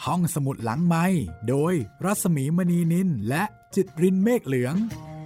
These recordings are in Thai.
ห้องสมุดหลังไมค์โดยรัศมีมณีนินและจิตรินเมฆเหลือง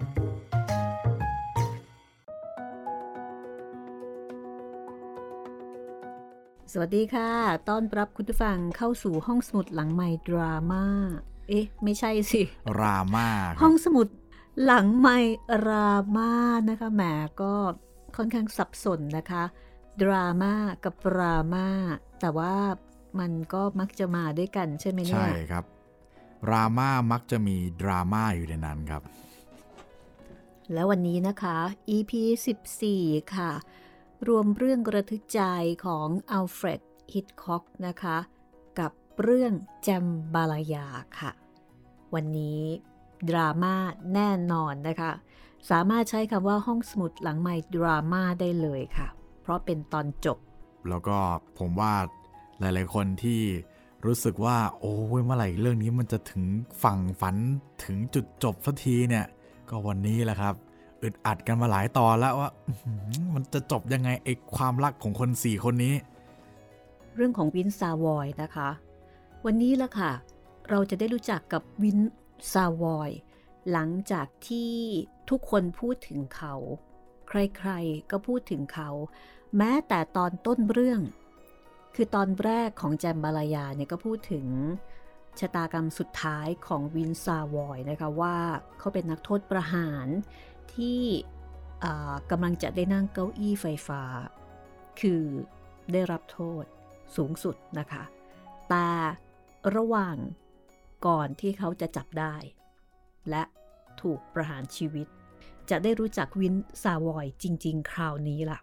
สวัสดีค่ะต้อนรับคุณผู้ฟังเข้าสู่ห้องสมุดหลังไมค์ดราม่าไม่ใช่สิราม่าห้องสมุดหลังไมค์ราม่านะคะแหมก็ค่อนข้างสับสนนะคะดราม่ากับราม่าแต่ว่ามันก็มักจะมาด้วยกันใช่ไหมเนี่ยใช่ครับราม่ามักจะมีดราม่าอยู่ในนั้นครับแล้ววันนี้นะคะ EP 14ค่ะรวมเรื่องระทึกใจของอัลเฟรด ฮิตค็อกนะคะกับเรื่องแจมบาลายาค่ะวันนี้ดราม่าแน่นอนนะคะสามารถใช้คำว่าห้องสมุดหลังไมค์ดราม่าได้เลยค่ะเพราะเป็นตอนจบแล้วก็ผมว่าหลายๆคนที่รู้สึกว่าโอ้ยเมื่อไหร่เรื่องนี้มันจะถึงฝั่งฝันถึงจุดจบสักทีเนี่ยก็วันนี้แหละครับอึดอัดกันมาหลายตอนแล้วว่ามันจะจบยังไงไอ้ความรักของคน4คนนี้เรื่องของวินซาวอยนะคะวันนี้ละค่ะเราจะได้รู้จักกับวินซาวอยหลังจากที่ทุกคนพูดถึงเขาใครๆก็พูดถึงเขาแม้แต่ตอนต้นเรื่องคือตอนแรกของแจมบาลายาเนี่ยก็พูดถึงชะตากรรมสุดท้ายของวินซาวอยนะคะว่าเขาเป็นนักโทษประหารที่กำลังจะได้นั่งเก้าอี้ไฟฟ้าคือได้รับโทษสูงสุดนะคะแต่ระหว่างก่อนที่เขาจะจับได้และถูกประหารชีวิตจะได้รู้จักวินซาวอยจริงๆคราวนี้ล่ะ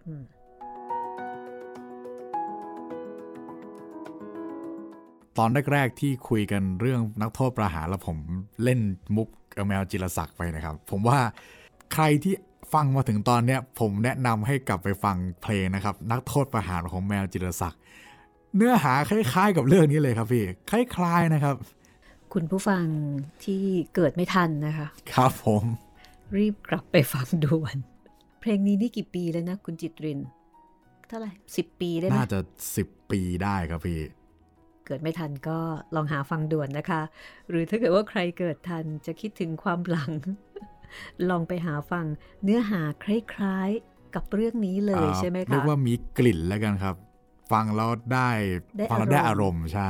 ตอนแรกๆที่คุยกันเรื่องนักโทษประหารแล้วผมเล่นมุกแมวจิรศักดิ์ไปนะครับผมว่าใครที่ฟังมาถึงตอนเนี้ยผมแนะนำให้กลับไปฟังเพลงนะครับนักโทษประหารของแมวจิรศักดิ์เนื้อหาคล้ายๆกับเรื่องนี้เลยครับพี่คล้ายๆนะครับคุณผู้ฟังที่เกิดไม่ทันนะคะครับผมรีบกลับไปฟังด่วนเพลงนี้นี่กี่ปีแล้วนะคุณจิตรินเท่าไหร่10 ปีได้ไหมน่าจะ10 ปีได้ครับพี่เกิดไม่ทันก็ลองหาฟังด่วนนะคะหรือถ้าเกิดว่าใครเกิดทันจะคิดถึงความหลัง ลองไปหาฟังเนื้อหาคล้ายๆกับเรื่องนี้เลยใช่ไหมคะเรียกว่ามีกลิ่นแล้วกันครับฟังแล้วได้อารมณ์ใช่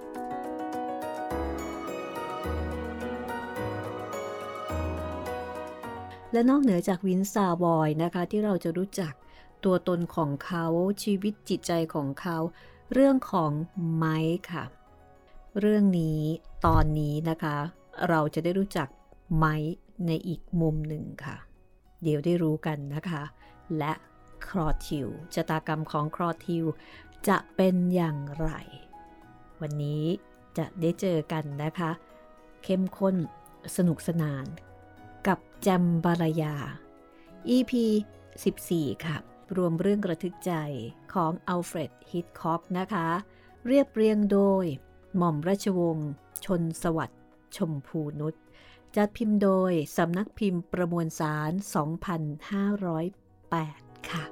และนอกเหนือจากวินซาวอยนะคะที่เราจะรู้จักตัวตนของเขาชีวิตจิตใจของเขาเรื่องของไมค์ค่ะเรื่องนี้ตอนนี้นะคะเราจะได้รู้จักไมค์ในอีกมุมหนึ่งค่ะเดี๋ยวได้รู้กันนะคะและคลอทิลชะตากรรมของคลอทิลจะเป็นอย่างไรวันนี้จะได้เจอกันนะคะเข้มข้นสนุกสนานกับแจมบาลายา EP 14ค่ะรวมเรื่องระทึกใจของอัลเฟรด ฮิตค็อกนะคะเรียบเรียงโดยหม่อมราชวงศ์ชนสวัสดิ์ชมพูนุชจัดพิมพ์โดยสำนักพิมพ์ประมวลสาร 2508 ค่ะ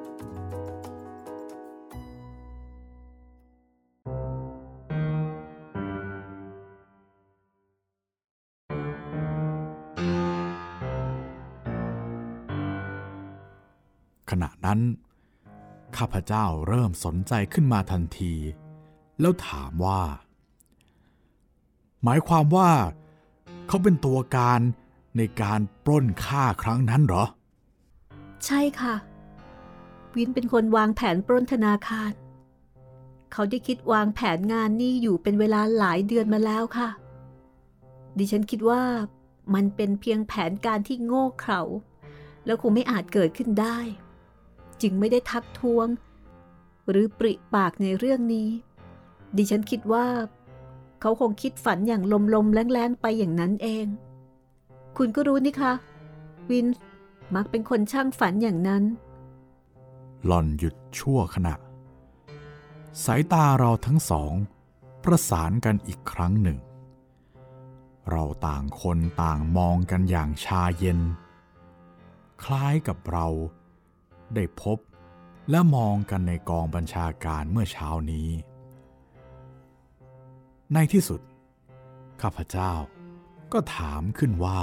ขณะนั้นข้าพเจ้าเริ่มสนใจขึ้นมาทันทีแล้วถามว่าหมายความว่าเขาเป็นตัวการในการปล้นฆ่าครั้งนั้นเหรอใช่ค่ะวินเป็นคนวางแผนปล้นธนาคารเขาได้คิดวางแผนงานนี้อยู่เป็นเวลาหลายเดือนมาแล้วค่ะดิฉันคิดว่ามันเป็นเพียงแผนการที่โง่เขลาแล้วคงไม่อาจเกิดขึ้นได้จึงไม่ได้ทักท้วงหรือปริปากในเรื่องนี้ดิฉันคิดว่าเขาคงคิดฝันอย่างลมๆแล้งๆไปอย่างนั้นเองคุณก็รู้นี่คะวินมักเป็นคนช่างฝันอย่างนั้นหล่อนหยุดชั่วขณะสายตาเราทั้งสองประสานกันอีกครั้งหนึ่งเราต่างคนต่างมองกันอย่างชาเย็นคล้ายกับเราได้พบและมองกันในกองบัญชาการเมื่อเช้านี้ในที่สุดข้าพเจ้าก็ถามขึ้นว่า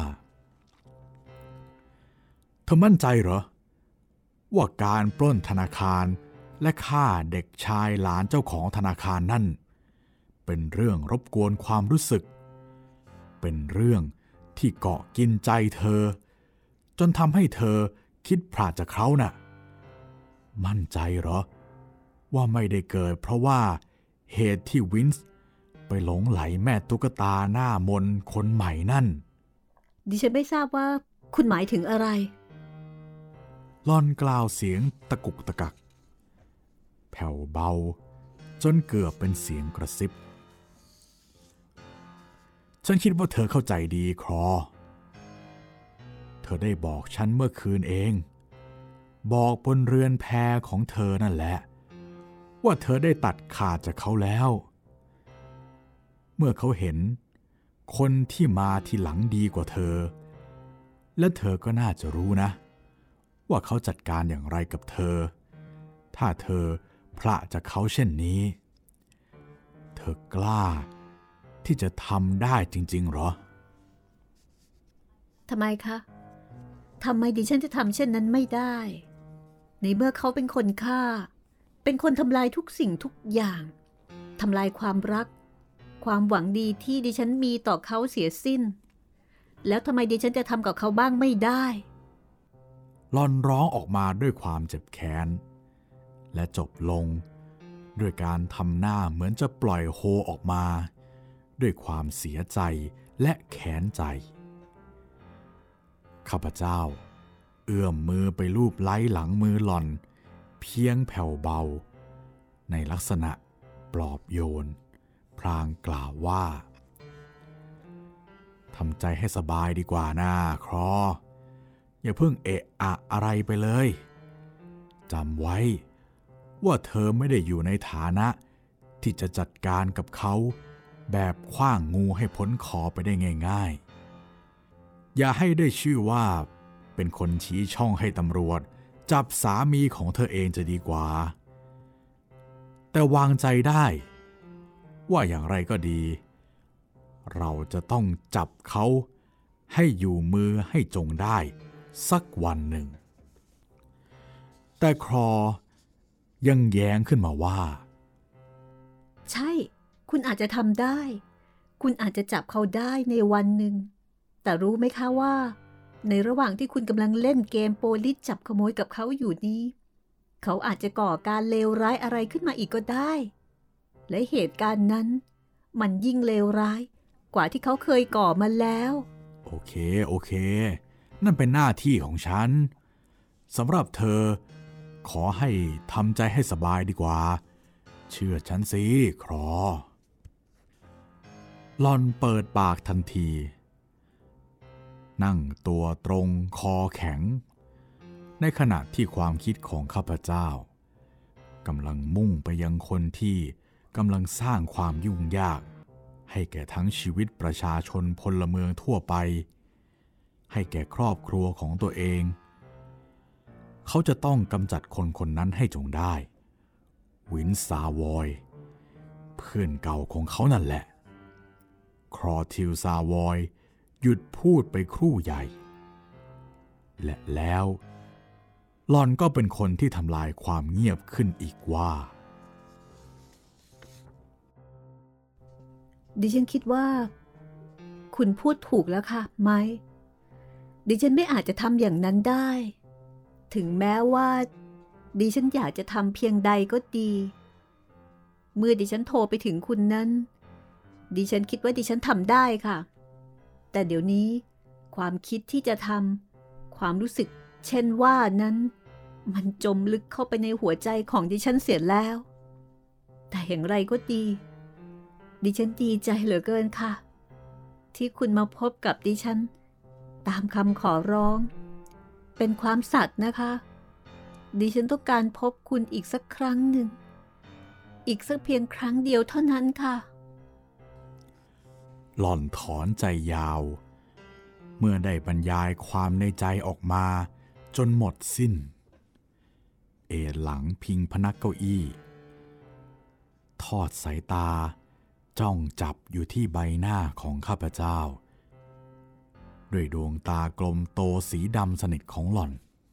เธอมั่นใจเหรอว่าการปล้นธนาคารและฆ่าเด็กชายหลานเจ้าของธนาคารนั่นเป็นเรื่องรบกวนความรู้สึกเป็นเรื่องที่เกาะกินใจเธอจนทำให้เธอคิดพลาดจากเขาน่ะมั่นใจเหรอว่าไม่ได้เกิดเพราะว่าเหตุที่วินส์ไปหลงไหลแม่ตุ๊กตาหน้ามนคนใหม่นั่นดิฉันไม่ทราบว่าคุณหมายถึงอะไรหล่อนกล่าวเสียงตะกุกตะกักแผ่วเบาจนเกือบเป็นเสียงกระซิบฉันคิดว่าเธอเข้าใจดีครอเธอได้บอกฉันเมื่อคืนเองบอกบนเรือนแพของเธอนั่นแหละว่าเธอได้ตัดขาดจากเขาแล้วเมื่อเขาเห็นคนที่มาทีหลังดีกว่าเธอและเธอก็น่าจะรู้นะว่าเขาจัดการอย่างไรกับเธอถ้าเธอพละจากเขาเช่นนี้เธอกล้าที่จะทำได้จริงๆหรอทำไมคะทำไมดิฉันจะทำเช่นนั้นไม่ได้ในเมื่อเขาเป็นคนฆ่าเป็นคนทำลายทุกสิ่งทุกอย่างทำลายความรักความหวังดีที่ดิฉันมีต่อเขาเสียสิ้นแล้วทำไมดิฉันจะทำกับเขาบ้างไม่ได้หล่อนร้องออกมาด้วยความเจ็บแค้นและจบลงด้วยการทำหน้าเหมือนจะปล่อยโฮออกมาด้วยความเสียใจและแค้นใจข้าพเจ้าเอื้อมมือไปลูบไล้หลังมือหล่อนเพียงแผ่วเบาในลักษณะปลอบโยนพลางกล่าวว่าทำใจให้สบายดีกว่านะครออย่าเพิ่งเอะอะอะไรไปเลยจำไว้ว่าเธอไม่ได้อยู่ในฐานะที่จะจัดการกับเขาแบบขว้างงูให้พ้นคอไปได้ง่ายๆอย่าให้ได้ชื่อว่าเป็นคนชี้ช่องให้ตำรวจจับสามีของเธอเองจะดีกว่าแต่วางใจได้ว่าอย่างไรก็ดีเราจะต้องจับเขาให้อยู่มือให้จงได้สักวันหนึ่งแต่ครอยังแย้งขึ้นมาว่าใช่คุณอาจจะทำได้คุณอาจจะจับเขาได้ในวันหนึ่งแต่รู้ไหมคะว่าในระหว่างที่คุณกำลังเล่นเกมโปลิสจับขโมยกับเขาอยู่นี้เขาอาจจะก่อการเลวร้ายอะไรขึ้นมาอีกก็ได้และเหตุการณ์นั้นมันยิ่งเลวร้ายกว่าที่เขาเคยก่อมาแล้วโอเคนั่นเป็นหน้าที่ของฉันสำหรับเธอขอให้ทำใจให้สบายดีกว่าเชื่อฉันสิครอหล่อนเปิดปากทันทีนั่งตัวตรงคอแข็งในขณะที่ความคิดของข้าพเจ้ากำลังมุ่งไปยังคนที่กำลังสร้างความยุ่งยากให้แก่ทั้งชีวิตประชาชนพลเมืองทั่วไปให้แก่ครอบครัวของตัวเองเขาจะต้องกำจัดคนคนนั้นให้จงได้วินซาวอยเพื่อนเก่าของเขานั่นแหละครอทิลซาวอยหยุดพูดไปครู่ใหญ่และแล้วหล่อนก็เป็นคนที่ทำลายความเงียบขึ้นอีกว่าดิฉันคิดว่าคุณพูดถูกแล้วค่ะไมค์ดิฉันไม่อาจจะทำอย่างนั้นได้ถึงแม้ว่าดิฉันอยากจะทำเพียงใดก็ดีเมื่อดิฉันโทรไปถึงคุณนั้นดิฉันคิดว่าดิฉันทำได้ค่ะแต่เดี๋ยวนี้ความคิดที่จะทำความรู้สึกเช่นว่านั้นมันจมลึกเข้าไปในหัวใจของดิฉันเสียแล้วแต่อย่างไรก็ดีดิฉันดีใจเหลือเกินค่ะที่คุณมาพบกับดิฉันตามคำขอร้องเป็นความสัตย์นะคะดิฉันต้องการพบคุณอีกสักครั้งหนึ่งอีกสักเพียงครั้งเดียวเท่านั้นค่ะหล่อนถอนใจยาวเมื่อได้บรรยายความในใจออกมาจนหมดสิ้นเอนหลังพิงพนักเก้าอี้ทอดสายตาจ้องจับอยู่ที่ใบหน้าของข้าพเจ้าด้วยดวงตากลมโตสีดำสนิทของหล่อน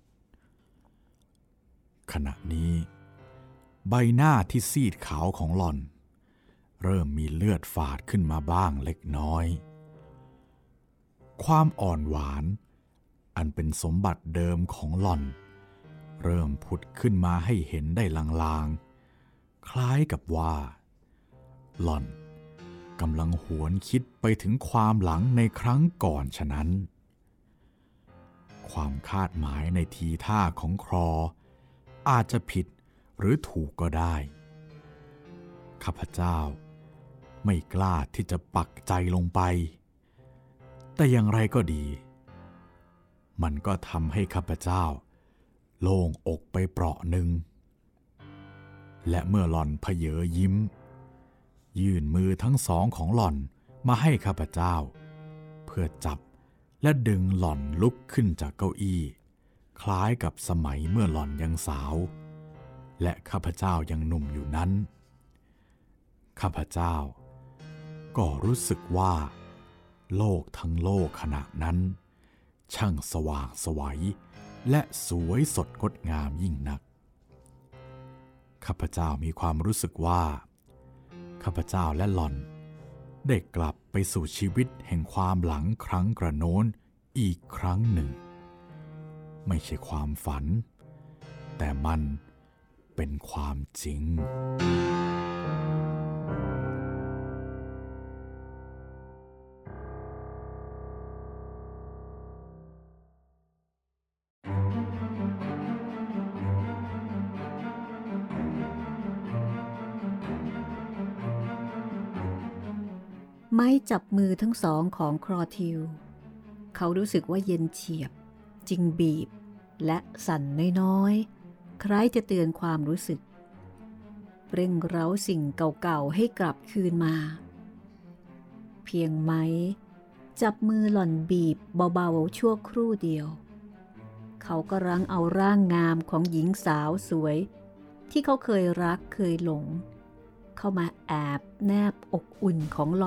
ขณะนี้ใบหน้าที่ซีดขาวของหล่อนเริ่มมีเลือดฝาดขึ้นมาบ้างเล็กน้อยความอ่อนหวานอันเป็นสมบัติเดิมของหล่อนเริ่มผุดขึ้นมาให้เห็นได้ลางๆคล้ายกับว่าหล่อนกำลังหวนคิดไปถึงความหลังในครั้งก่อนฉะนั้นความคาดหมายในทีท่าของคลออาจจะผิดหรือถูกก็ได้ข้าพเจ้าไม่กล้าที่จะปักใจลงไปแต่อย่างไรก็ดีมันก็ทำให้ข้าพเจ้าโล่งอกไปเปราะหนึ่งและเมื่อหล่อนเผยยิ้มยื่นมือทั้งสองของหล่อนมาให้ข้าพเจ้าเพื่อจับและดึงหล่อนลุกขึ้นจากเก้าอี้คล้ายกับสมัยเมื่อหล่อนยังสาวและข้าพเจ้ายังหนุ่มอยู่นั้นข้าพเจ้าก็รู้สึกว่าโลกทั้งโลกขณะนั้นช่างสว่างไสวและสวยสดงดงามยิ่งนักข้าพเจ้ามีความรู้สึกว่าข้าพเจ้าและหล่อนได้กลับไปสู่ชีวิตแห่งความหลังครั้งกระโน้นอีกครั้งหนึ่งไม่ใช่ความฝันแต่มันเป็นความจริงไม้จับมือทั้งสองของคลอทิลเขารู้สึกว่าเย็นเฉียบจึงบีบและสั่นน้อยๆคล้ายจะเตือนความรู้สึกเร่งเร้าสิ่งเก่าๆให้กลับคืนมาเพียงไม้จับมือหล่อนบีบเบาๆชั่วครู่เดียวเขาก็รั้งเอาร่างงามของหญิงสาวสวยที่เขาเคยรักเคยหลงเข้ามาแอบแนบอกอุ่นของห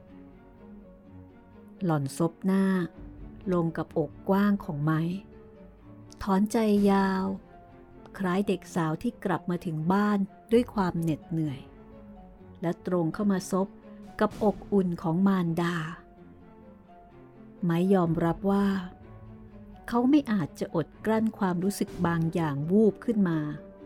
ล่อนซบหน้าลงกับอกกว้างของไม้ถอนใจยาวคล้ายเด็กสาวที่กลับมาถึงบ้านด้วยความเหน็ดเหนื่อยและตรงเข้ามาซบกับอกอุ่นของมารดาไม้ยอมรับว่าเขาไม่อาจจะอดกลั้นความรู้สึกบางอย่างวูบขึ้นมา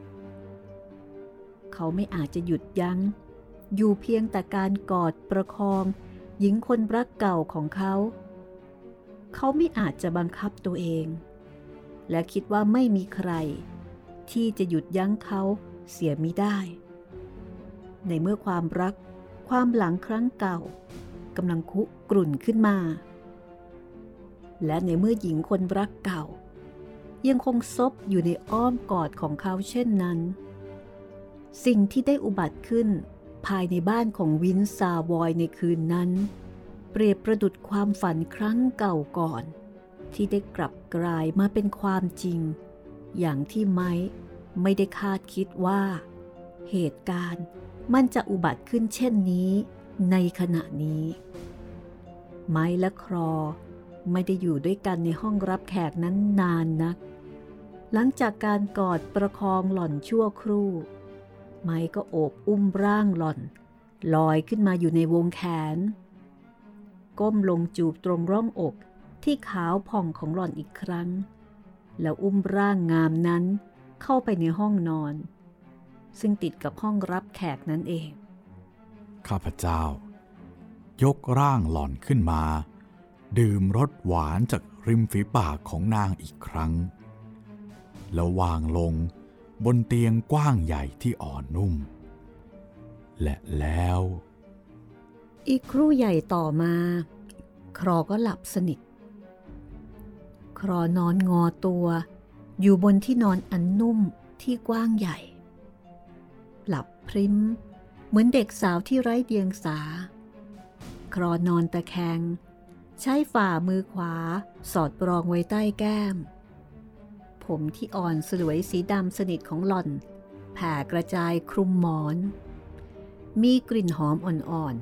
เขาไม่อาจจะหยุดยั้งอยู่เพียงแต่การกอดประคองหญิงคนรักเก่าของเขาไม่อาจจะบังคับตัวเองและคิดว่าไม่มีใครที่จะหยุดยั้งเขาเสียมิได้ในเมื่อความรักความหลังครั้งเก่ากำลังคุกรุ่นขึ้นมาและในเมื่อหญิงคนรักเก่ายังคงซบอยู่ในอ้อมกอดของเขาเช่นนั้นสิ่งที่ได้อุบัติขึ้นภายในบ้านของวินซาวอยในคืนนั้นเปรียบประดุจความฝันครั้งเก่าก่อนที่ได้กลับกลายมาเป็นความจริงอย่างที่ไม้ไม่ได้คาดคิดว่าเหตุการณ์มันจะอุบัติขึ้นเช่นนี้ในขณะนี้ไม้และคลอไม่ได้อยู่ด้วยกันในห้องรับแขกนั้นนานนักหลังจากการกอดประคองหล่อนชั่วครู่ไม้ก็โอบอุ้มร่างหล่อนลอยขึ้นมาอยู่ในวงแขนก้มลงจูบตรงร่องอกที่ขาวผ่องของหล่อนอีกครั้งแล้วอุ้มร่างงามนั้นเข้าไปในห้องนอนซึ่งติดกับห้องรับแขกนั่นเองข้าพเจ้ายกร่างหล่อนขึ้นมาดื่มรสหวานจากริมฝีปากของนางอีกครั้งแล้ววางลงบนเตียงกว้างใหญ่ที่อ่อนนุ่มและแล้วอีกครู่ใหญ่ต่อมาคลอก็หลับสนิทคลอนอนงอตัวอยู่บนที่นอนอันนุ่มที่กว้างใหญ่หลับพริ้มเหมือนเด็กสาวที่ไร้เดียงสาคลอนอนตะแคงใช้ฝ่ามือขวาสอดรองไว้ใต้แก้มผมที่อ่อนสลวยสีดำสนิทของหล่อนแผ่กระจายคลุมหมอนมีกลิ่นหอมอ่อน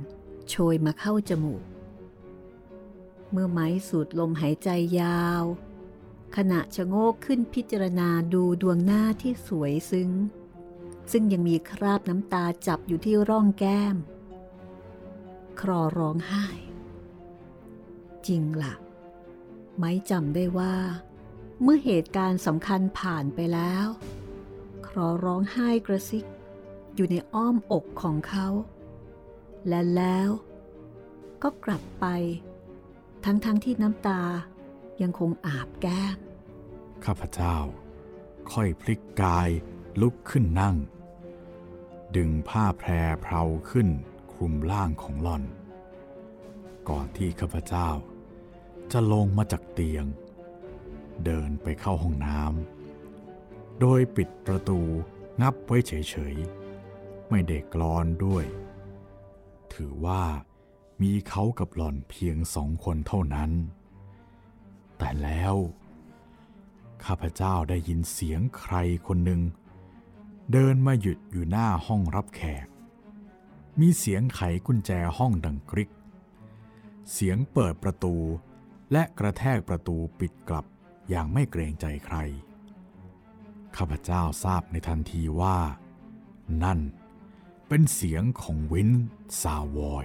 โชยมาเข้าจมูกเมื่อไม้สูดลมหายใจยาวขณะชะโงกขึ้นพิจารณาดูดวงหน้าที่สวยซึ่งยังมีคราบน้ำตาจับอยู่ที่ร่องแก้มคลอร้องไห้จริงล่ะไม้จำได้ว่าเมื่อเหตุการณ์สำคัญผ่านไปแล้วคลอร้องไห้กระซิกอยู่ในอ้อมอกของเขาและแล้วก็กลับไปทั้งที่น้ำตายังคงอาบแก้มข้าพเจ้าค่อยพลิกกายลุกขึ้นนั่งดึงผ้าแพรเพราขึ้นคลุมร่างของหล่อนก่อนที่ข้าพเจ้าจะลงมาจากเตียงเดินไปเข้าห้องน้ำโดยปิดประตูงับไว้เฉยๆไม่ได้กลอนด้วยถือว่ามีเขากับหล่อนเพียง2 คนเท่านั้นแต่แล้วข้าพเจ้าได้ยินเสียงใครคนหนึ่งเดินมาหยุดอยู่หน้าห้องรับแขกมีเสียงไขกุญแจห้องดังกริกเสียงเปิดประตูและกระแทกประตูปิดกลับอย่างไม่เกรงใจใครข้าพเจ้าทราบในทันทีว่านั่นเป็นเสียงของวินซาวอย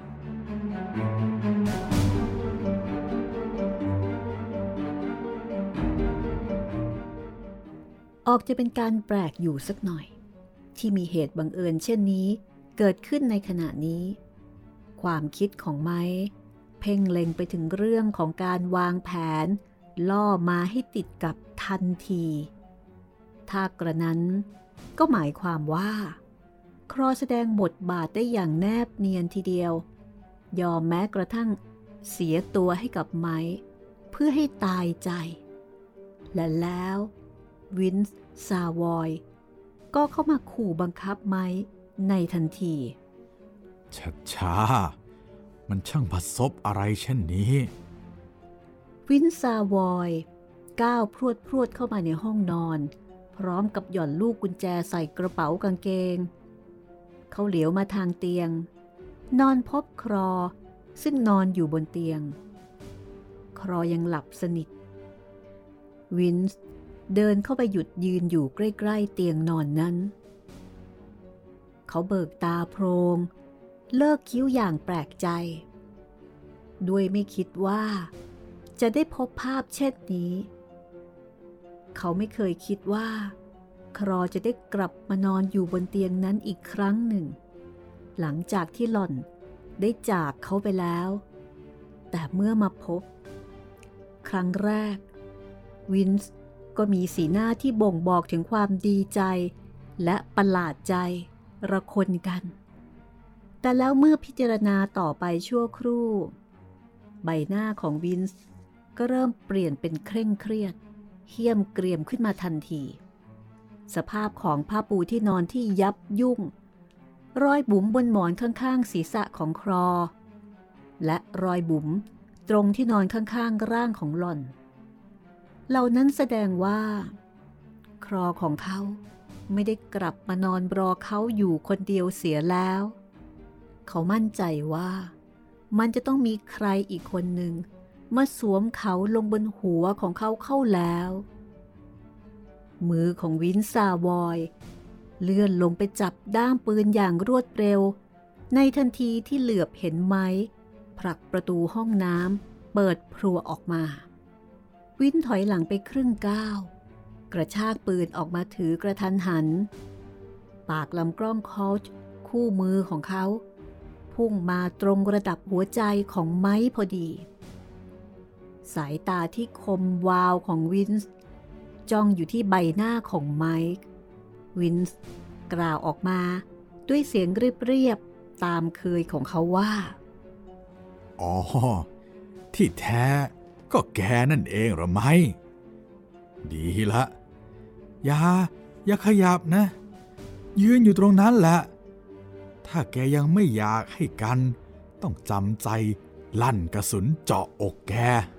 ออกจะเป็นการแปลกอยู่สักหน่อยที่มีเหตุบังเอิญเช่นนี้เกิดขึ้นในขณะนี้ความคิดของไม้เพ่งเล็งไปถึงเรื่องของการวางแผนล่อมาให้ติดกับทันทีถ้ากระนั้นก็หมายความว่าครอแสดงบทบาทได้อย่างแนบเนียนทีเดียวยอมแม้กระทั่งเสียตัวให้กับไม้เพื่อให้ตายใจและแล้ววินส์ซาวอยก็เข้ามาขู่บังคับไม้ในทันทีช้ามันช่างผสบอะไรเช่นนี้วินซาวอยก้าวพรวดเข้ามาในห้องนอนพร้อมกับหย่อนลูกกุญแจใส่กระเป๋ากางเกงเขาเหลียวมาทางเตียงนอนพบครอซึ่งนอนอยู่บนเตียงครอยังหลับสนิทวินส์เดินเข้าไปหยุดยืนอยู่ใกล้ๆเตียงนอนนั้นเขาเบิกตาโพลงเลิกคิ้วอย่างแปลกใจด้วยไม่คิดว่าจะได้พบภาพเช่นนี้เขาไม่เคยคิดว่าครอจะได้กลับมานอนอยู่บนเตียงนั้นอีกครั้งหนึ่งหลังจากที่หล่อนได้จากเขาไปแล้วแต่เมื่อมาพบครั้งแรกวินส์ก็มีสีหน้าที่บ่งบอกถึงความดีใจและประหลาดใจระคนกันแต่แล้วเมื่อพิจารณาต่อไปชั่วครู่ใบหน้าของวินส์ก็เริ่มเปลี่ยนเป็นเคร่งเครียดเหี้ยมเกรียมขึ้นมาทันทีสภาพของผ้าปูที่นอนที่ยับยุ่งรอยบุ๋มบนหมอนข้างๆศีรษะของครอและรอยบุ๋มตรงที่นอนข้างๆร่างของหล่อนเหล่านั้นแสดงว่าครอของเขาไม่ได้กลับมานอนรอเขาอยู่คนเดียวเสียแล้วเขามั่นใจว่ามันจะต้องมีใครอีกคนหนึ่งมาสวมเขาลงบนหัวของเขาเข้าแล้วมือของวินซาวอยเลื่อนลงไปจับด้ามปืนอย่างรวดเร็วในทันทีที่เหลือบเห็นไม้ผลักประตูห้องน้ำเปิดพรัวออกมาวินถอยหลังไปครึ่งก้าวกระชากปืนออกมาถือกระทันหันปากลำกล้องคอลช์คู่มือของเขาพุ่งมาตรงระดับหัวใจของไม้พอดีสายตาที่คมวาวของวินส์จ้องอยู่ที่ใบหน้าของไมค์วินส์กล่าวออกมาด้วยเสียงเรียบๆตามเคยของเขาว่าอ๋อที่แท้ก็แกนั่นเองหรือไม่ดีละอย่าขยับนะยืนอยู่ตรงนั้นแหละถ้าแกยังไม่อยากให้กันต้องจำใจลั่นกระสุนเจาะอกแก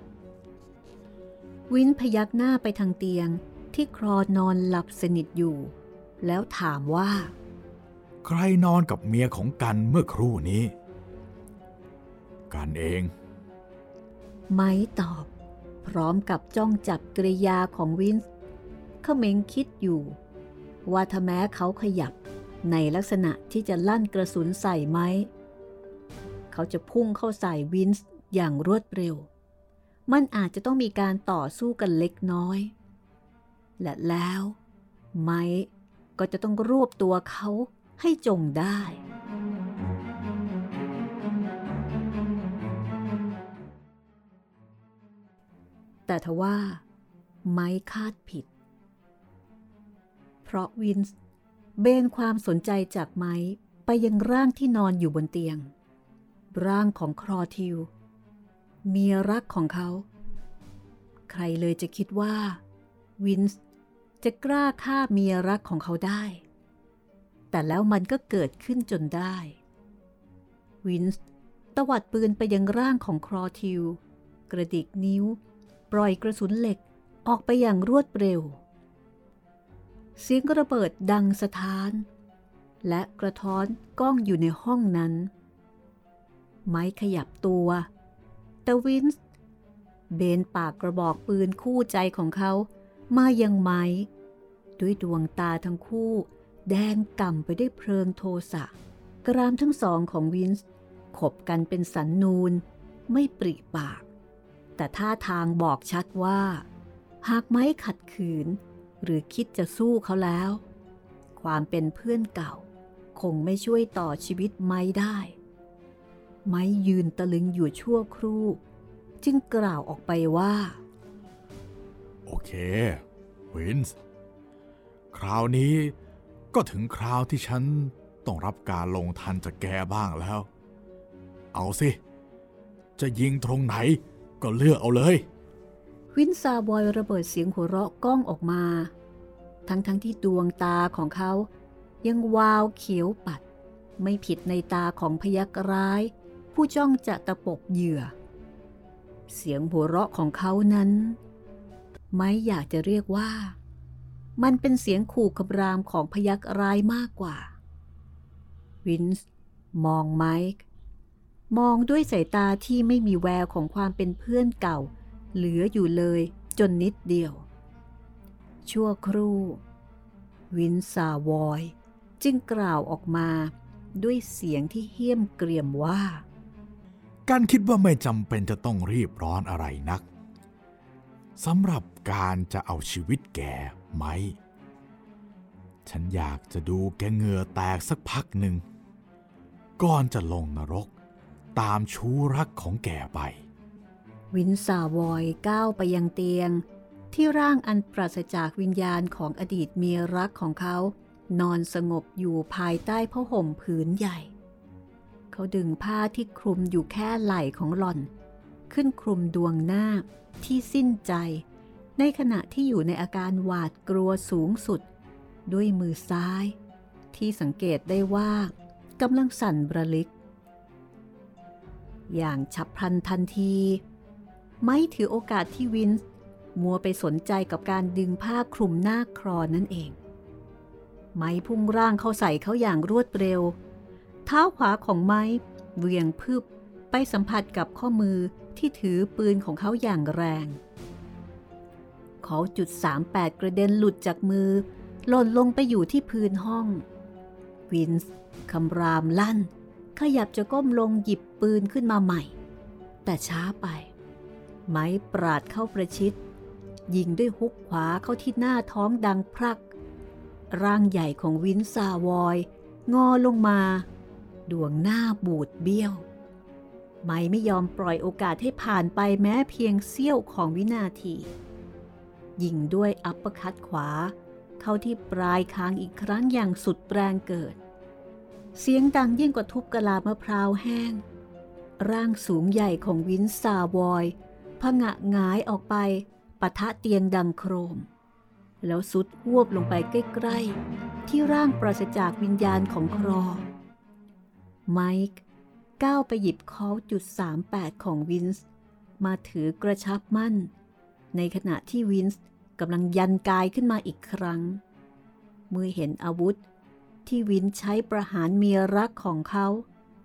วินพยักหน้าไปทางเตียงที่ครอนอนหลับสนิทอยู่แล้วถามว่าใครนอนกับเมียของกันเมื่อครู่นี้กันเองไมค์ตอบพร้อมกับจ้องจับกริยาของวินส์เขม็งคิดอยู่ว่าถ้าแม้เขาขยับในลักษณะที่จะลั่นกระสุนใส่ไมค์เขาจะพุ่งเข้าใส่วินส์อย่างรวดเร็วมันอาจจะต้องมีการต่อสู้กันเล็กน้อยและแล้วไมค์ก็จะต้องรวบตัวเขาให้จงได้แต่ทว่าไมค์คาดผิดเพราะวินส์เบนความสนใจจากไมค์ไปยังร่างที่นอนอยู่บนเตียงร่างของคลอทิลเมียรักของเขาใครเลยจะคิดว่าวินส์จะกล้าฆ่าเมียรักของเขาได้แต่แล้วมันก็เกิดขึ้นจนได้วินส์ตวัดปืนไปยังร่างของคลอทิลกระดิกนิ้วปล่อยกระสุนเหล็กออกไปอย่างรวดเร็วเสียงระเบิดดังสะท้านและกระท้อนก้องอยู่ในห้องนั้นไม้ขยับตัวแต่วินส์เบนปากกระบอกปืนคู่ใจของเขามายังไม้ด้วยดวงตาทั้งคู่แดงก่ำไปด้วยเพลิงโทสะกรามทั้งสองของวินส์ขบกันเป็นสันนูนไม่ปริปากแต่ท่าทางบอกชัดว่าหากไม้ขัดขืนหรือคิดจะสู้เขาแล้วความเป็นเพื่อนเก่าคงไม่ช่วยต่อชีวิตไม้ได้ไม้ยืนตะลึงอยู่ชั่วครู่จึงกล่าวออกไปว่าโอเควินส์คราวนี้ก็ถึงคราวที่ฉันต้องรับการลงทันจากแกบ้างแล้วเอาสิจะยิงตรงไหนก็เลือกเอาเลยวินซาบอยระเบิดเสียงหัวเราะก้องออกมาทั้งที่ดวงตาของเขายังวาวเขียวปัดไม่ผิดในตาของพยัคฆ์ร้ายผู้จ้องจะตะปบเหยื่อเสียงหัวเราะของเขานั้นไม่อยากจะเรียกว่ามันเป็นเสียงขู่คำรามของพยัคฆ์ร้ายมากกว่าวินส์มองไมค์มองด้วยสายตาที่ไม่มีแววของความเป็นเพื่อนเก่าเหลืออยู่เลยจนนิดเดียวชั่วครู่วินซาวอยจึงกล่าวออกมาด้วยเสียงที่เหี้ยมเกรียมว่าการคิดว่าไม่จำเป็นจะต้องรีบร้อนอะไรนักสำหรับการจะเอาชีวิตแกไหมฉันอยากจะดูแกเหงื่อแตกสักพักหนึ่งก่อนจะลงนรกตามชู้รักของแกไปวินซาวอยก้าวไปยังเตียงที่ร่างอันปราศจากวิญญาณของอดีตเมียรักของเขานอนสงบอยู่ภายใต้ผ้าห่มผืนใหญ่เขาดึงผ้าที่คลุมอยู่แค่ไหล่ของหล่อนขึ้นคลุมดวงหน้าที่สิ้นใจในขณะที่อยู่ในอาการหวาดกลัวสูงสุดด้วยมือซ้ายที่สังเกตได้ว่ากำลังสั่นระลิกอย่างฉับพลันทันทีไม่ถือโอกาสที่วินส์มัวไปสนใจกับการดึงผ้าคลุมหน้าคลอนั่นเองไม้พุ่งร่างเข้าใส่เขาอย่างรวดเร็วเท้าขวาของไม้เหวี่ยงพึบไปสัมผัสกับข้อมือที่ถือปืนของเขาอย่างแรงเขาจุด38กระเด็นหลุดจากมือหล่นลงไปอยู่ที่พื้นห้องวินส์คำรามลั่นขยับจะก้มลงหยิบปืนขึ้นมาใหม่แต่ช้าไปไม้ปราดเข้าประชิดยิงด้วยฮุกขวาเข้าที่หน้าท้องดังพรักร่างใหญ่ของวินซาวอยงอลงมาดวงหน้าบูดเบี้ยวไม้ไม่ยอมปล่อยโอกาสให้ผ่านไปแม้เพียงเสี้ยวของวินาทียิงด้วยอัปเปอร์คัตขวาเข้าที่ปลายคางอีกครั้งอย่างสุดแรงเกิดเสียงดังยิ่งกว่าทุบกะลามะพร้าวแห้งร่างสูงใหญ่ของวินซาวอยผงะหงายออกไปปะทะเตียงดังโครมแล้วสุดหวบลงไปใกล้ๆที่ร่างปราศจากวิญญาณของคลอไมค์ก้าวไปหยิบค้อนจุด38ของวินส์มาถือกระชับมั่นในขณะที่วินส์กำลังยันกายขึ้นมาอีกครั้งเมื่อเห็นอาวุธที่วินส์ใช้ประหารเมียรักของเขา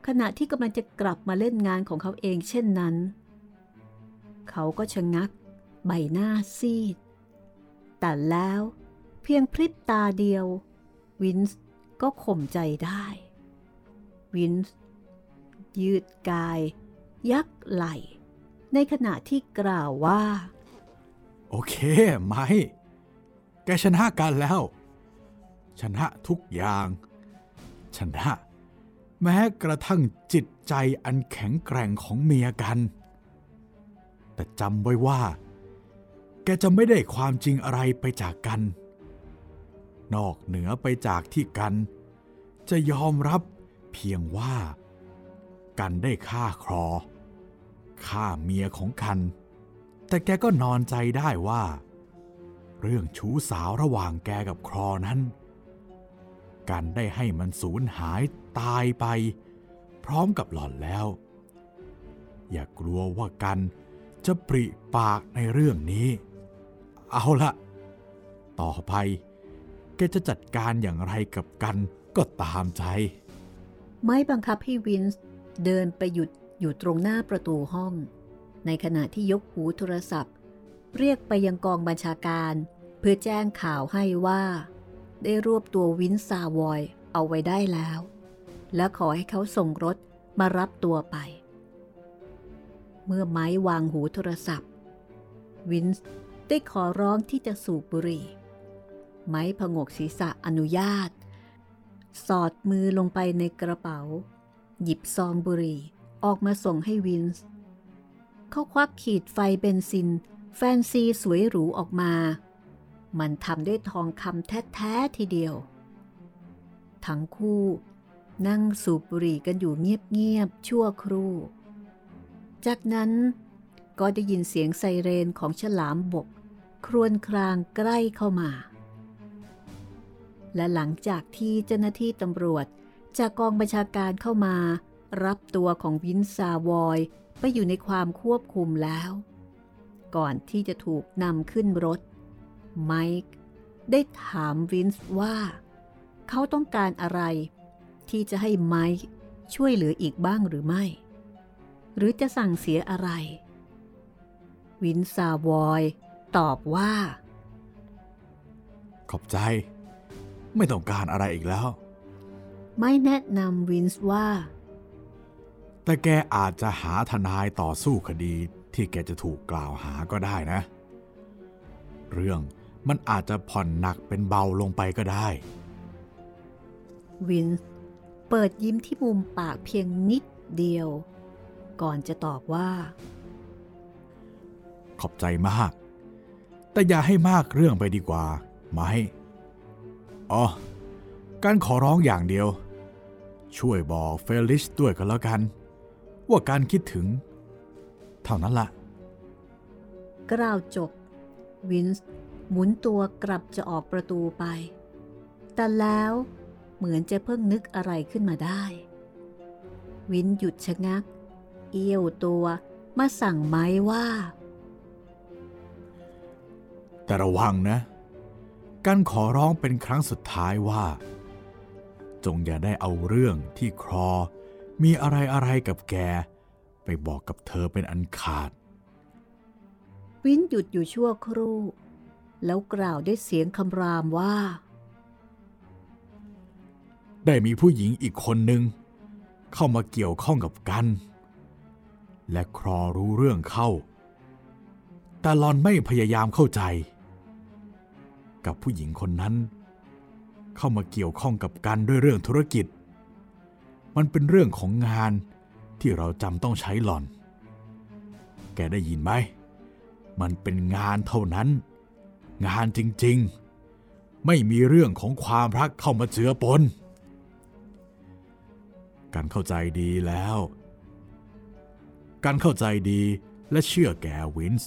ขณะที่กำลังจะกลับมาเล่นงานของเขาเองเช่นนั้นเขาก็ชะงักใบหน้าซีดแต่แล้วเพียงพริบตาเดียววินส์ก็ข่มใจได้วินส์ยืดกายยักไหล่ในขณะที่กล่าวว่าโอเคไมค์แกชนะกันแล้วชนะทุกอย่างชนะแม้กระทั่งจิตใจอันแข็งแกร่งของเมียกันแต่จำไว้ว่าแกจะไม่ได้ความจริงอะไรไปจากกันนอกเหนือไปจากที่กันจะยอมรับเพียงว่ากันได้ฆ่าคลอฆ่าเมียของกันแต่แกก็นอนใจได้ว่าเรื่องชู้สาวระหว่างแกกับคลอนั้นกันได้ให้มันสูญหายตายไปพร้อมกับหล่อนแล้วอย่ากลัวว่ากันจะปริปากในเรื่องนี้เอาละต่อไปแกจะจัดการอย่างไรกับกันก็ตามใจไม่บังคับให้วินส์เดินไปหยุดอยู่ตรงหน้าประตูห้องในขณะที่ยกหูโทรศัพท์เรียกไปยังกองบัญชาการเพื่อแจ้งข่าวให้ว่าได้รวบตัววินซาวอยเอาไว้ได้แล้วและขอให้เขาส่งรถมารับตัวไปเมื่อไม้วางหูโทรศัพท์วินส์ได้ขอร้องที่จะสูบบุหรี่ไม้ผงกศีรษะอนุญาตสอดมือลงไปในกระเป๋าหยิบซองบุหรี่ออกมาส่งให้วินส์เขาควักขีดไฟเบนซินแฟนซีสวยหรูออกมามันทำด้วยทองคำแท้ๆทีเดียวทั้งคู่นั่งสูบบุหรี่กันอยู่เงียบๆชั่วครู่จากนั้นก็ได้ยินเสียงไซเรนของฉลามบกครวญครางใกล้เข้ามาและหลังจากที่เจ้าหน้าที่ตำรวจจากกองบัญชาการเข้ามารับตัวของวินซาวอยไปอยู่ในความควบคุมแล้วก่อนที่จะถูกนำขึ้นรถไมค์ได้ถามวินส์ว่าเขาต้องการอะไรที่จะให้ไมค์ช่วยเหลืออีกบ้างหรือไม่หรือจะสั่งเสียอะไรวินซาวอยตอบว่าขอบใจไม่ต้องการอะไรอีกแล้วไม่แนะนำวินส์ว่าแต่แกอาจจะหาทนายต่อสู้คดีที่แกจะถูกกล่าวหาก็ได้นะเรื่องมันอาจจะผ่อนหนักเป็นเบาลงไปก็ได้วินส์เปิดยิ้มที่มุมปากเพียงนิดเดียวก่อนจะตอบว่าขอบใจมากแต่อย่าให้มากเรื่องไปดีกว่าไหมการขอร้องอย่างเดียวช่วยบอกเฟลิชด้วยกันแล้วกันว่าการคิดถึงเท่านั้นละกล่าวจบวินส์หมุนตัวกลับจะออกประตูไปแต่แล้วเหมือนจะเพิ่งนึกอะไรขึ้นมาได้วินหยุดชะงักเอี้ยวตัวมาสั่งไม้ว่าแต่ระวังนะการขอร้องเป็นครั้งสุดท้ายว่าจงอย่าได้เอาเรื่องที่คลอมีอะไรกับแกไปบอกกับเธอเป็นอันขาดวินหยุดอยู่ชั่วครู่แล้วกล่าวด้วยเสียงคำรามว่าได้มีผู้หญิงอีกคนนึงเข้ามาเกี่ยวข้องกับกันและคลอรู้เรื่องเข้าแต่หลอนไม่พยายามเข้าใจกับผู้หญิงคนนั้นเข้ามาเกี่ยวข้องกับกันด้วยเรื่องธุรกิจมันเป็นเรื่องของงานที่เราจำต้องใช้หล่อนแกได้ยินไหมมันเป็นงานเท่านั้นงานจริงๆไม่มีเรื่องของความรักเข้ามาเจือปนกันเข้าใจดีแล้วกันเข้าใจดีและเชื่อแกวินส์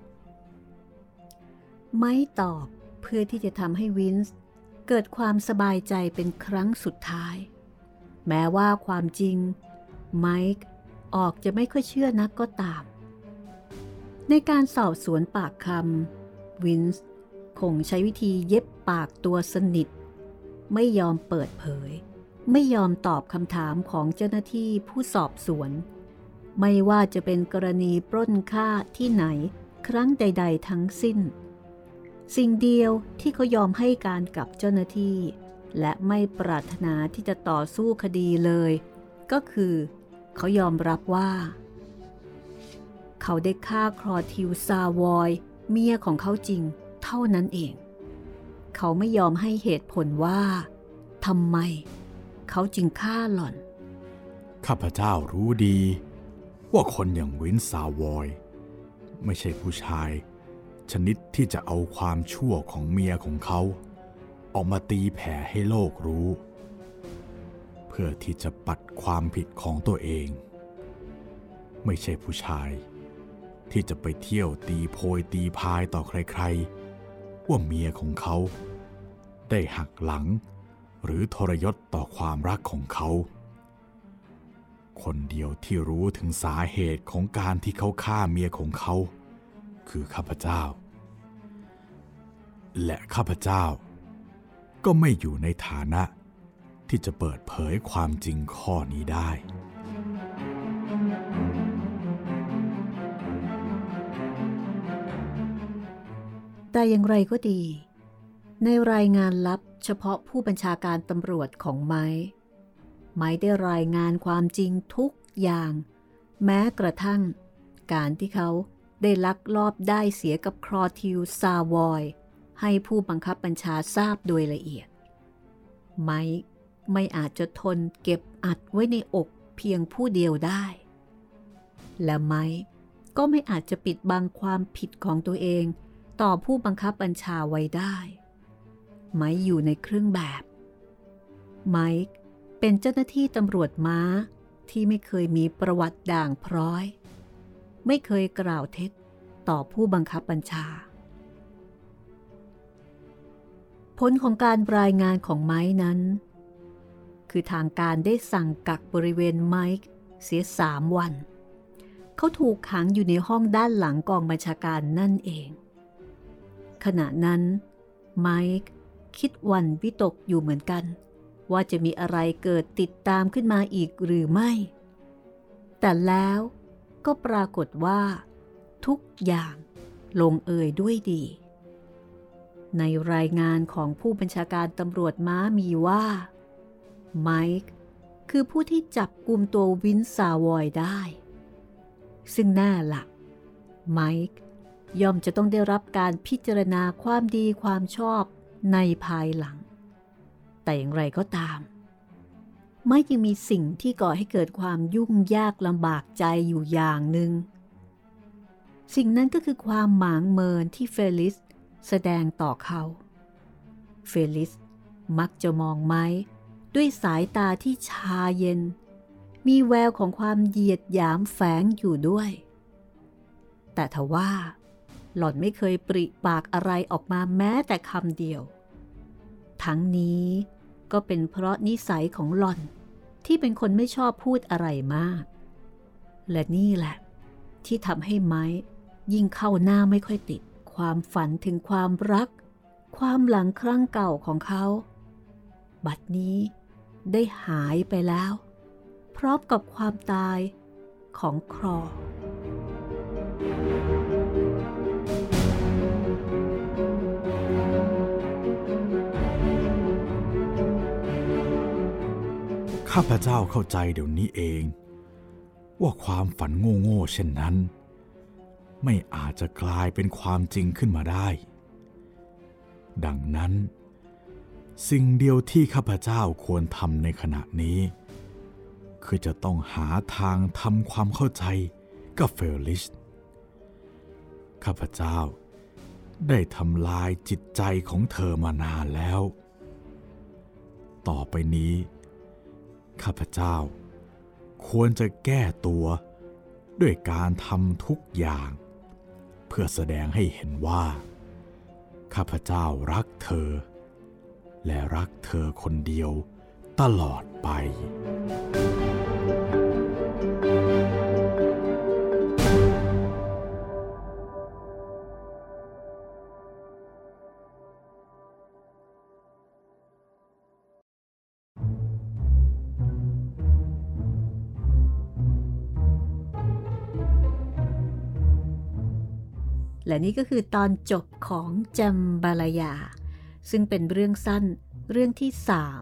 ไม่ตอบเพื่อที่จะทำให้วินส์เกิดความสบายใจเป็นครั้งสุดท้ายแม้ว่าความจริงไมค์ออกจะไม่ค่อยเชื่อนักก็ตามในการสอบสวนปากคำวินส์คงใช้วิธีเย็บปากตัวสนิทไม่ยอมเปิดเผยไม่ยอมตอบคำถามของเจ้าหน้าที่ผู้สอบสวนไม่ว่าจะเป็นกรณีปล้นฆ่าที่ไหนครั้งใดๆทั้งสิ้นสิ่งเดียวที่เขายอมให้การกับเจ้าหน้าที่และไม่ปรารถนาที่จะต่อสู้คดีเลยก็คือเขายอมรับว่าเขาได้ฆ่าคลอทิลซาวอยเมียของเขาจริงเท่านั้นเองเขาไม่ยอมให้เหตุผลว่าทำไมเขาจึงฆ่าหล่อนข้าพเจ้ารู้ดีว่าคนอย่างวินซาวอยไม่ใช่ผู้ชายชนิดที่จะเอาความชั่วของเมียของเขาออกมาตีแผ่ให้โลกรู้เพื่อที่จะปัดความผิดของตัวเองไม่ใช่ผู้ชายที่จะไปเที่ยวตีโพยตีพายต่อใครๆว่าเมียของเขาได้หักหลังหรือทรยศต่อความรักของเขาคนเดียวที่รู้ถึงสาเหตุของการที่เขาฆ่าเมียของเขาคือข้าพเจ้าและข้าพเจ้าก็ไม่อยู่ในฐานะที่จะเปิดเผยความจริงข้อนี้ได้แต่อย่างไรก็ดีในรายงานลับเฉพาะผู้บัญชาการตำรวจของไม้ได้รายงานความจริงทุกอย่างแม้กระทั่งการที่เขาได้ลักลอบได้เสียกับคลอทิลซาวอยให้ผู้บังคับบัญชาทราบโดยละเอียดไม้ไม่อาจจะทนเก็บอัดไว้ในอกเพียงผู้เดียวได้และไม้ก็ไม่อาจจะปิดบังความผิดของตัวเองต่อผู้บังคับบัญชาไว้ได้ไม้อยู่ในเครื่องแบบไม้เป็นเจ้าหน้าที่ตำรวจม้าที่ไม่เคยมีประวัติด่างพร้อยไม่เคยกล่าวเท็จต่อผู้บังคับบัญชาผลของการรายงานของไม้นั้นคือทางการได้สั่งกักบริเวณไม้เสีย3 วันเขาถูกขังอยู่ในห้องด้านหลังกองบัญชาการนั่นเองขณะนั้นไมค์คิดหวั่นวิตกอยู่เหมือนกันว่าจะมีอะไรเกิดติดตามขึ้นมาอีกหรือไม่แต่แล้วก็ปรากฏว่าทุกอย่างลงเอยด้วยดีในรายงานของผู้บัญชาการตำรวจม้ามีว่าไมค์คือผู้ที่จับกุมตัววินซาวอยได้ซึ่งแน่ละไมค์ย่อมจะต้องได้รับการพิจารณาความดีความชอบในภายหลังแต่อย่างไรก็ตามไม่ยังมีสิ่งที่ก่อให้เกิดความยุ่งยากลำบากใจอยู่อย่างหนึ่งสิ่งนั้นก็คือความหมางเมินที่เฟลิสแสดงต่อเขาเฟลิสมักจะมองไม้ด้วยสายตาที่ชาเย็นมีแววของความเหยียดหยามแฝงอยู่ด้วยแต่ทว่าหล่อนไม่เคยปริปากอะไรออกมาแม้แต่คำเดียวทั้งนี้ก็เป็นเพราะนิสัยของหล่อนที่เป็นคนไม่ชอบพูดอะไรมากและนี่แหละที่ทำให้ไม้ยิ่งเข้าหน้าไม่ค่อยติดความฝันถึงความรักความหลังครั้งเก่าของเขาบัดนี้ได้หายไปแล้วพร้อมกับความตายของคลอข้าพเจ้าเข้าใจเดี๋ยวนี้เองว่าความฝันโง่ๆเช่นนั้นไม่อาจจะกลายเป็นความจริงขึ้นมาได้ดังนั้นสิ่งเดียวที่ข้าพเจ้าควรทำในขณะนี้คือจะต้องหาทางทำความเข้าใจกับเฟลิชข้าพเจ้าได้ทำลายจิตใจของเธอมานานแล้วต่อไปนี้ข้าพเจ้าควรจะแก้ตัวด้วยการทำทุกอย่างเพื่อแสดงให้เห็นว่าข้าพเจ้ารักเธอและรักเธอคนเดียวตลอดไปและนี่ก็คือตอนจบของแจมบาลายาซึ่งเป็นเรื่องสั้นเรื่องที่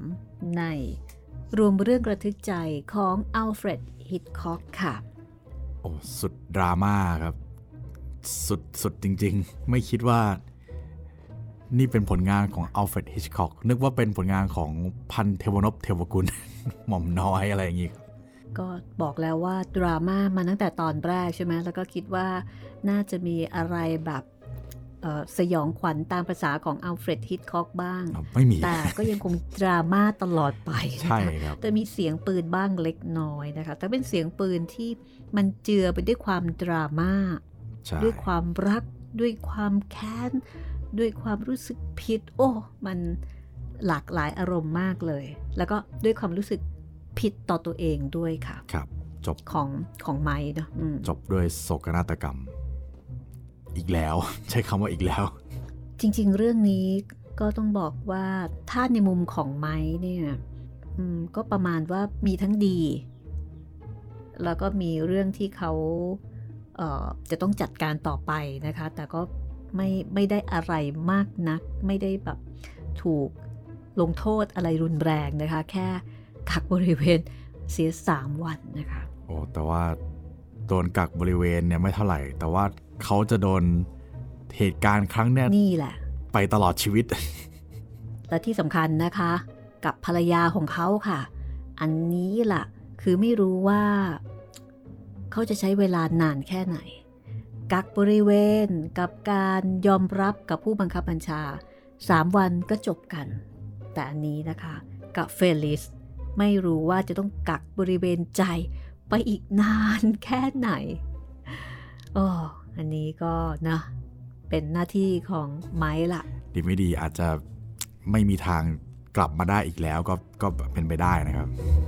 3ในรวมเรื่องระทึกใจของอัลเฟรดฮิตคอกค่ะโอ้สุดดราม่าครับสุดจริงๆไม่คิดว่านี่เป็นผลงานของอัลเฟรดฮิตคอกนึกว่าเป็นผลงานของพันเทวนพเทวกุล หม่อมน้อยอะไรอย่างงี้ก็บอกแล้วว่าดราม่ามาตั้งแต่ตอนแรกใช่ไหมแล้วก็คิดว่าน่าจะมีอะไรแบบสยองขวัญตามภาษาของอัลเฟรดฮิตคอกบ้างไม่มีแต่ก็ยังคงดราม่าตลอดไปใช่ครับแต่มีเสียงปืนบ้างเล็กน้อยนะคะแต่เป็นเสียงปืนที่มันเจือไปด้วยความดราม่าด้วยความรักด้วยความแค้นด้วยความรู้สึกผิดโอ้มันหลากหลายอารมณ์มากเลยแล้วก็ด้วยความรู้สึกผิดต่อตัวเองด้วยค่ะครับจบของไม้เนาะจบด้วยโศกนาฏกรรมอีกแล้วใช้คำว่าอีกแล้วจริงๆเรื่องนี้ก็ต้องบอกว่าถ้าในมุมของไม้เนี่ยก็ประมาณว่ามีทั้งดีแล้วก็มีเรื่องที่เขาจะต้องจัดการต่อไปนะคะแต่ก็ไม่ได้อะไรมากนักไม่ได้แบบถูกลงโทษอะไรรุนแรงนะคะแค่กักบริเวณเสีย3 วันนะคะโอ้แต่ว่าโดนกักบริเวณเนี่ยไม่เท่าไหร่แต่ว่าเขาจะโดนเหตุการณ์ครั้งเนี้ยนี่แหละไปตลอดชีวิตและที่สำคัญนะคะกับภรรยาของเขาค่ะอันนี้ล่ะคือไม่รู้ว่าเขาจะใช้เวลานานแค่ไหนกักบริเวณกับการยอมรับกับผู้บังคับบัญชา3 วันก็จบกันแต่อันนี้นะคะกับเฟลิสไม่รู้ว่าจะต้องกักบริเวณใจไปอีกนานแค่ไหนอันนี้ก็นะเป็นหน้าที่ของไม้ละดีไม่ดีอาจจะไม่มีทางกลับมาได้อีกแล้วก็เป็นไปได้นะครับ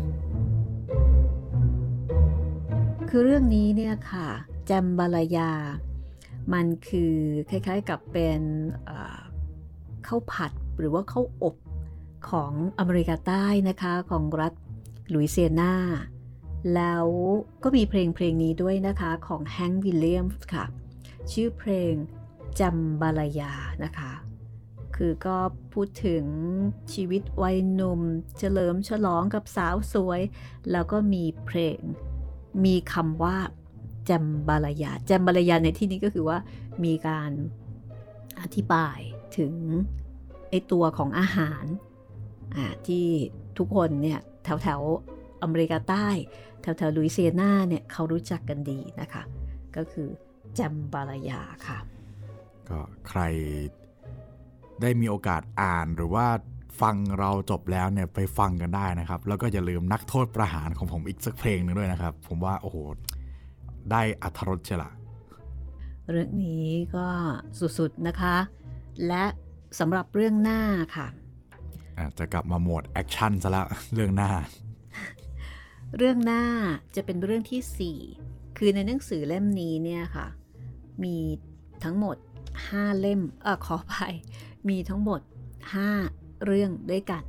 คือเรื่องนี้เนี่ยค่ะแจมบาลายามันคือคล้ายๆกับเป็นข้าวผัดหรือว่าข้าวอบของอเมริกาใต้นะคะของรัฐลุยเซียนาแล้วก็มีเพลงนี้ด้วยนะคะของแฮงค์วิลเลียมส์ค่ะชื่อเพลงแจมบาลายานะคะคือก็พูดถึงชีวิตวัยหนุ่มเฉลิมฉลองกับสาวสวยแล้วก็มีเพลงมีคำว่าแจมบาลายาแจมบาลายาในที่นี้ก็คือว่ามีการอธิบายถึงไอตัวของอาหารที่ทุกคนเนี่ยแถวอเมริกาใต้แถวลุยเซียนาเนี่ยเขารู้จักกันดีนะคะก็คือแจมบาลายาค่ะก็ใครได้มีโอกาสอ่านหรือว่าฟังเราจบแล้วเนี่ยไปฟังกันได้นะครับแล้วก็อย่าลืมนักโทษประหารของผมอีกสักเพลงนึงด้วยนะครับผมว่าโอ้โหได้อรรถรสเชียวล่ะเรื่องนี้ก็สุดๆนะคะและสำหรับเรื่องหน้าค่ะจะกลับมาโหมดแอคชั่นซะแล้วเรื่องหน้าเรื่องหน้าจะเป็นเรื่องที่4คือในหนังสือเล่มนี้เนี่ยค่ะมีทั้งหมด5เล่มขออภัยมีทั้งหมด5เรื่องด้วยกัน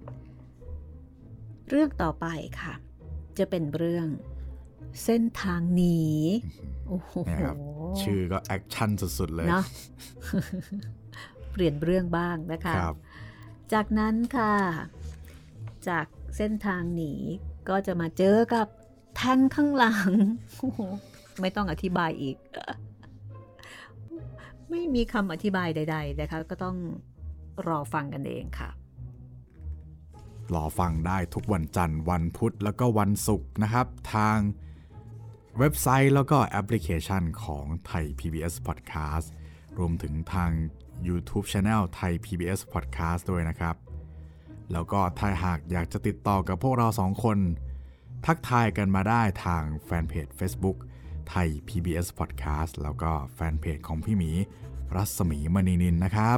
เรื่องต่อไปค่ะจะเป็นเรื่องเส้นทางหนีโอ้โหชื่อก็แอคชั่นสุดๆเลยเนาะ เปลี่ยนเรื่องบ้างนะคะจากนั้นค่ะจากเส้นทางหนีก็จะมาเจอกับแท่งข้างหลังไม่ต้องอธิบายอีกไม่มีคำอธิบายใดๆนะคะก็ต้องรอฟังกันเองค่ะรอฟังได้ทุกวันจันทร์วันพุธแล้วก็วันศุกร์นะครับทางเว็บไซต์แล้วก็แอปพลิเคชันของไทย PBS Podcast รวมถึงทาง YouTube Channel ไทย PBS Podcast ด้วยนะครับแล้วก็ถ้าหากอยากจะติดต่อกับพวกเรา2คนทักทายกันมาได้ทางแฟนเพจ Facebook ไทย PBS Podcast แล้วก็แฟนเพจของพี่หมีรัศมีมณีนินนะครับ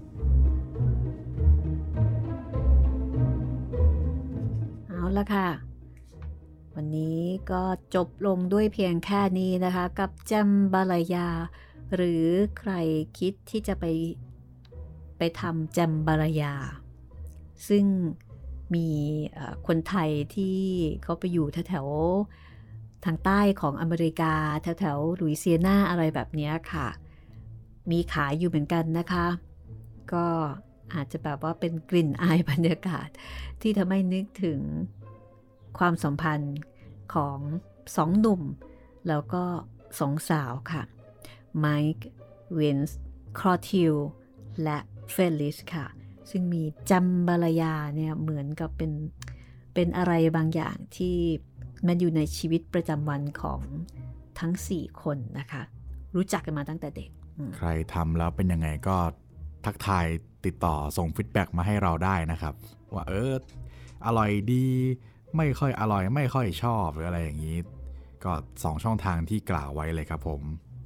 เอาละค่ะวันนี้ก็จบลงด้วยเพียงแค่นี้นะคะกับแจมบาลายาหรือใครคิดที่จะไปทำแจมบาลายาซึ่งมีคนไทยที่เขาไปอยู่แถวทางใต้ของอเมริกาแถวลุยเซียนาอะไรแบบนี้ค่ะมีขายอยู่เหมือนกันนะคะก็อาจจะแบบว่าเป็นกลิ่นอายบรรยากาศที่ทำให้นึกถึงความสัมพันธ์ของสองหนุ่มแล้วก็สองสาวค่ะไมค์วินส์คลอทิลและเฟลิชค่ะซึ่งมีจัมบาลายาเนี่ยเหมือนกับเป็นอะไรบางอย่างที่มันอยู่ในชีวิตประจำวันของทั้ง4คนนะคะรู้จักกันมาตั้งแต่เด็กใครทำแล้วเป็นยังไงก็ทักทายติดต่อส่งฟีดแบ็กมาให้เราได้นะครับว่าอร่อยดีไม่ค่อยอร่อยไม่ค่อยชอบหรืออะไรอย่างนี้ก็2ช่องทางที่กล่าวไว้เลยครับผม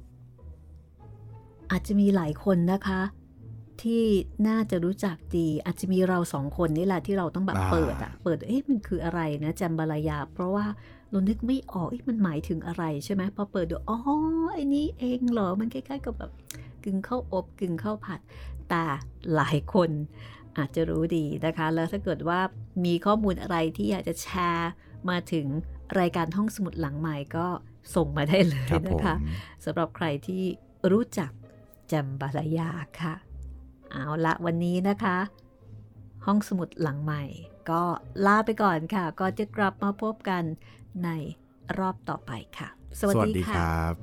อาจจะมีหลายคนนะคะที่น่าจะรู้จักดีอาจจะมีเรา2คนนี่แหละที่เราต้องแบบเปิดมันคืออะไรนะจัมบาลายาเพราะว่าเรานึกไม่ออกมันหมายถึงอะไรใช่ไหมพอเปิดดูอ๋อไอ้นี้เองเหรอมันคล้ายๆกับแบบกึ่งข้าวอบกึ่งข้าวผัดแต่หลายคนอาจจะรู้ดีนะคะแล้วถ้าเกิดว่ามีข้อมูลอะไรที่อยากจะแชร์มาถึงรายการห้องสมุดหลังใหม่ก็ส่งมาได้เลยนะคะสำหรับใครที่รู้จักจัมบาลายาค่ะเอาละวันนี้นะคะห้องสมุดหลังใหม่ก็ลาไปก่อนค่ะก็จะกลับมาพบกันในรอบต่อไปค่ะสวัสดีครับ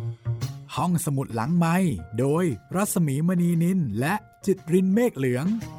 ห้องสมุดหลังไมค์โดยรัศมีมณีนินและจิตรินเมฆเหลือง